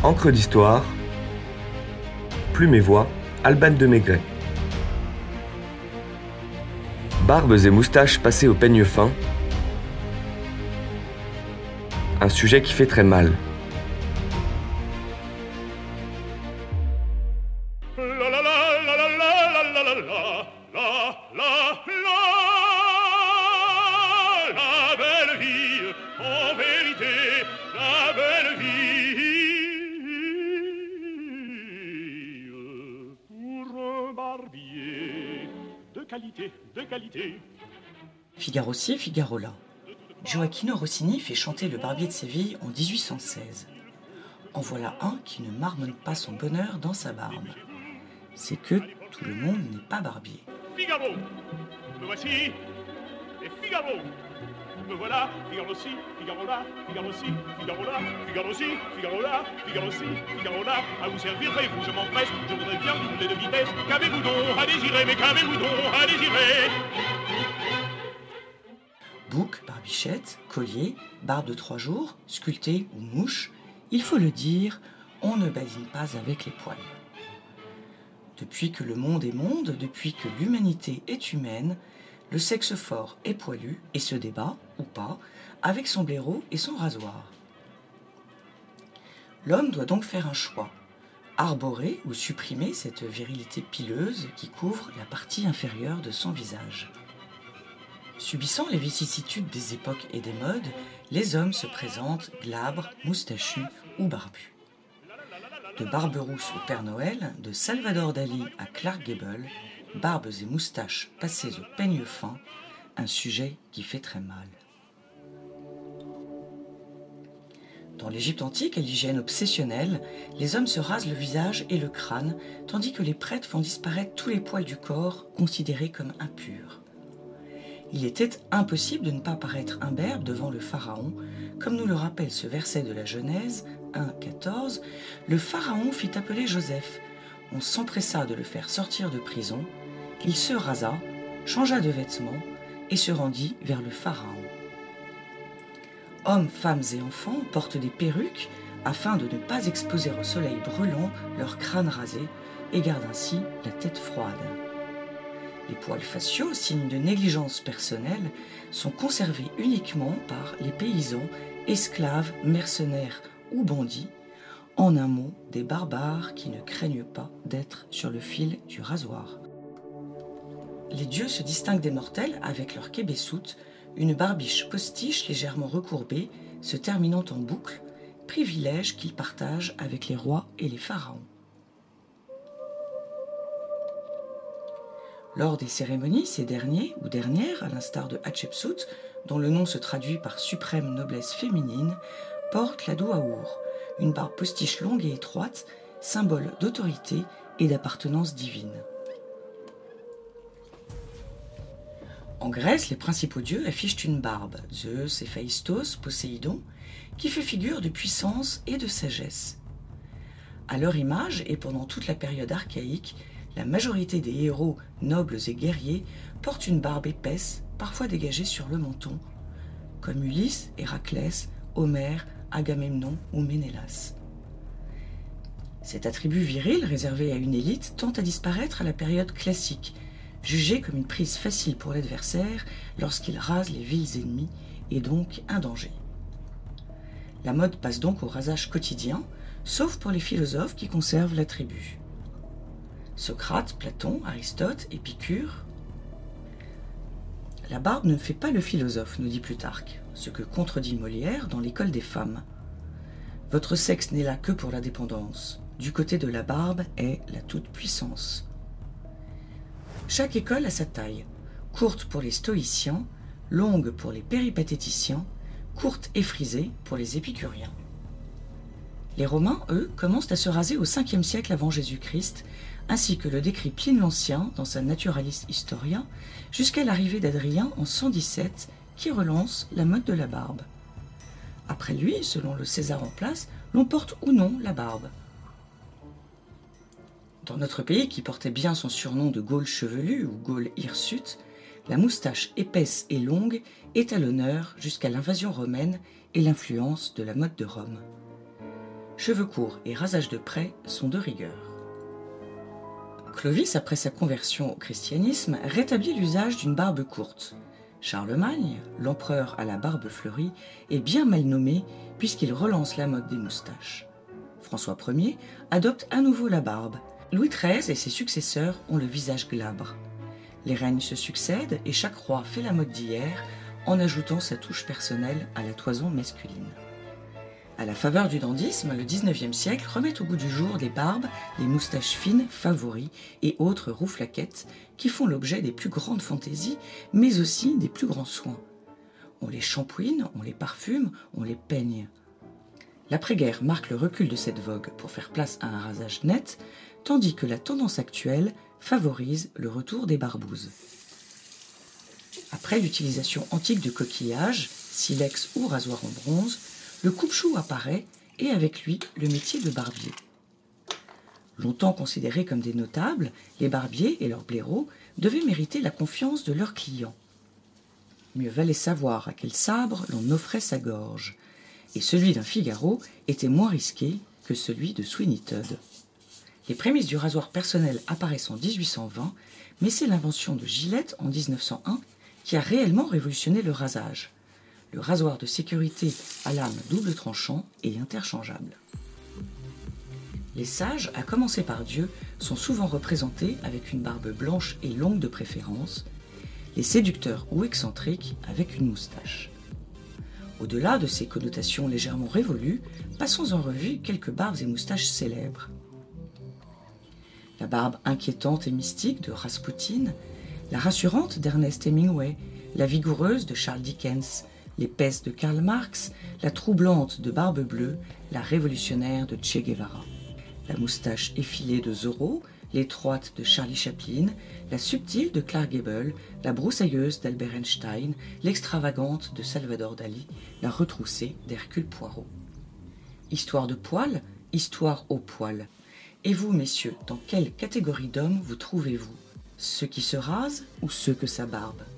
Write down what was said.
Encre d'histoire, Plume et Voix, Alban de Maigret. Barbes et moustaches passées au peigne fin, un sujet qui fait très mal. La belle vie, en vérité, la belle vie pour un barbier de qualité, de qualité. Figaro-ci, Figaro-là. Gioacchino Rossini fait chanter le Barbier de Séville en 1816. En voilà un qui ne marmonne pas son bonheur dans sa barbe. C'est que tout le monde n'est pas barbier. Figaro, me voici, et Figaro. Me voilà, Figaro-ci, Figaro-là, Figaro-ci, Figaro-là, Figaro-ci, Figaro-là, Figaro-ci, Figaro-là. À vous servir, prêt-vous, je m'empresse, je voudrais bien doubler de vitesse. Qu'avez-vous donc à désirer, mais qu'avez-vous donc à désirer? Bouc, barbichette, collier, barbe de 3 jours, sculpté ou mouche, il faut le dire, on ne badine pas avec les poils. Depuis que le monde est monde, depuis que l'humanité est humaine, le sexe fort est poilu et se débat, ou pas, avec son blaireau et son rasoir. L'homme doit donc faire un choix, arborer ou supprimer cette virilité pileuse qui couvre la partie inférieure de son visage. Subissant les vicissitudes des époques et des modes, les hommes se présentent glabres, moustachus ou barbus. De Barberousse au Père Noël, de Salvador Dali à Clark Gable, barbes et moustaches passées au peigne fin, un sujet qui fait très mal. Dans l'Égypte antique, à l'hygiène obsessionnelle, les hommes se rasent le visage et le crâne, tandis que les prêtres font disparaître tous les poils du corps considérés comme impurs. Il était impossible de ne pas paraître imberbe devant le pharaon, comme nous le rappelle ce verset de la Genèse 1,14, le pharaon fit appeler Joseph. On s'empressa de le faire sortir de prison. Il se rasa, changea de vêtements et se rendit vers le pharaon. Hommes, femmes et enfants portent des perruques afin de ne pas exposer au soleil brûlant leur crâne rasé et gardent ainsi la tête froide. Les poils faciaux, signe de négligence personnelle, sont conservés uniquement par les paysans, esclaves, mercenaires ou bandits, en un mot, des barbares qui ne craignent pas d'être sur le fil du rasoir. Les dieux se distinguent des mortels avec leur kébessout, une barbiche postiche légèrement recourbée, se terminant en boucle, privilège qu'ils partagent avec les rois et les pharaons. Lors des cérémonies, ces derniers ou dernières, à l'instar de Hatshepsut, dont le nom se traduit par suprême noblesse féminine, portent la douaour, une barbe postiche longue et étroite, symbole d'autorité et d'appartenance divine. En Grèce, les principaux dieux affichent une barbe, Zeus, Héphaïstos, Poséidon, qui fait figure de puissance et de sagesse. À leur image, et pendant toute la période archaïque, la majorité des héros, nobles et guerriers, portent une barbe épaisse, parfois dégagée sur le menton, comme Ulysse, Héraclès, Homère, Agamemnon ou Ménélas. Cet attribut viril, réservé à une élite, tend à disparaître à la période classique, jugé comme une prise facile pour l'adversaire lorsqu'il rase les vils ennemis et donc un danger. La mode passe donc au rasage quotidien, sauf pour les philosophes qui conservent l'attribut. Socrate, Platon, Aristote, Épicure. La barbe ne fait pas le philosophe, nous dit Plutarque, ce que contredit Molière dans l'École des femmes. Votre sexe n'est là que pour la dépendance. Du côté de la barbe est la toute-puissance. Chaque école a sa taille, courte pour les stoïciens, longue pour les péripatéticiens, courte et frisée pour les épicuriens. Les Romains, eux, commencent à se raser au 5e siècle avant Jésus-Christ, ainsi que le décrit Pline l'Ancien dans sa Naturalis Historia, jusqu'à l'arrivée d'Adrien en 117, qui relance la mode de la barbe. Après lui, selon le César en place, l'on porte ou non la barbe. Dans notre pays, qui portait bien son surnom de Gaule chevelue ou Gaule hirsute, la moustache épaisse et longue est à l'honneur jusqu'à l'invasion romaine et l'influence de la mode de Rome. cheveux courts et rasage de près sont de rigueur. Clovis, après sa conversion au christianisme, rétablit l'usage d'une barbe courte. Charlemagne, l'empereur à la barbe fleurie, est bien mal nommé puisqu'il relance la mode des moustaches. François Ier adopte à nouveau la barbe. Louis XIII et ses successeurs ont le visage glabre. Les règnes se succèdent et chaque roi fait la mode d'hier en ajoutant sa touche personnelle à la toison masculine. À la faveur du dandysme, le XIXe siècle remet au goût du jour des barbes, des moustaches fines, favoris et autres rouflaquettes qui font l'objet des plus grandes fantaisies, mais aussi des plus grands soins. On les shampouine, on les parfume, on les peigne. L'après-guerre marque le recul de cette vogue pour faire place à un rasage net, tandis que la tendance actuelle favorise le retour des barbouzes. Après l'utilisation antique de coquillages, silex ou rasoir en bronze, le coupe-chou apparaît et avec lui le métier de barbier. Longtemps considérés comme des notables, les barbiers et leurs blaireaux devaient mériter la confiance de leurs clients. Mieux valait savoir à quel sabre l'on offrait sa gorge, et celui d'un Figaro était moins risqué que celui de Sweeney Todd. Les prémices du rasoir personnel apparaissent en 1820, mais c'est l'invention de Gillette en 1901 qui a réellement révolutionné le rasage. Le rasoir de sécurité à lame double tranchant et interchangeable. Les sages, à commencer par Dieu, sont souvent représentés avec une barbe blanche et longue de préférence, les séducteurs ou excentriques avec une moustache. Au-delà de ces connotations légèrement révolues, passons en revue quelques barbes et moustaches célèbres. La barbe inquiétante et mystique de Rasputin, la rassurante d'Ernest Hemingway, la vigoureuse de Charles Dickens, l'épaisse de Karl Marx, la troublante de Barbe Bleue, la révolutionnaire de Che Guevara. La moustache effilée de Zorro, l'étroite de Charlie Chaplin, la subtile de Clark Gable, la broussailleuse d'Albert Einstein, l'extravagante de Salvador Dali, la retroussée d'Hercule Poirot. Histoire de poil, histoire au poil. Et vous, messieurs, dans quelle catégorie d'hommes vous trouvez-vous? Ceux qui se rasent ou ceux que ça barbe?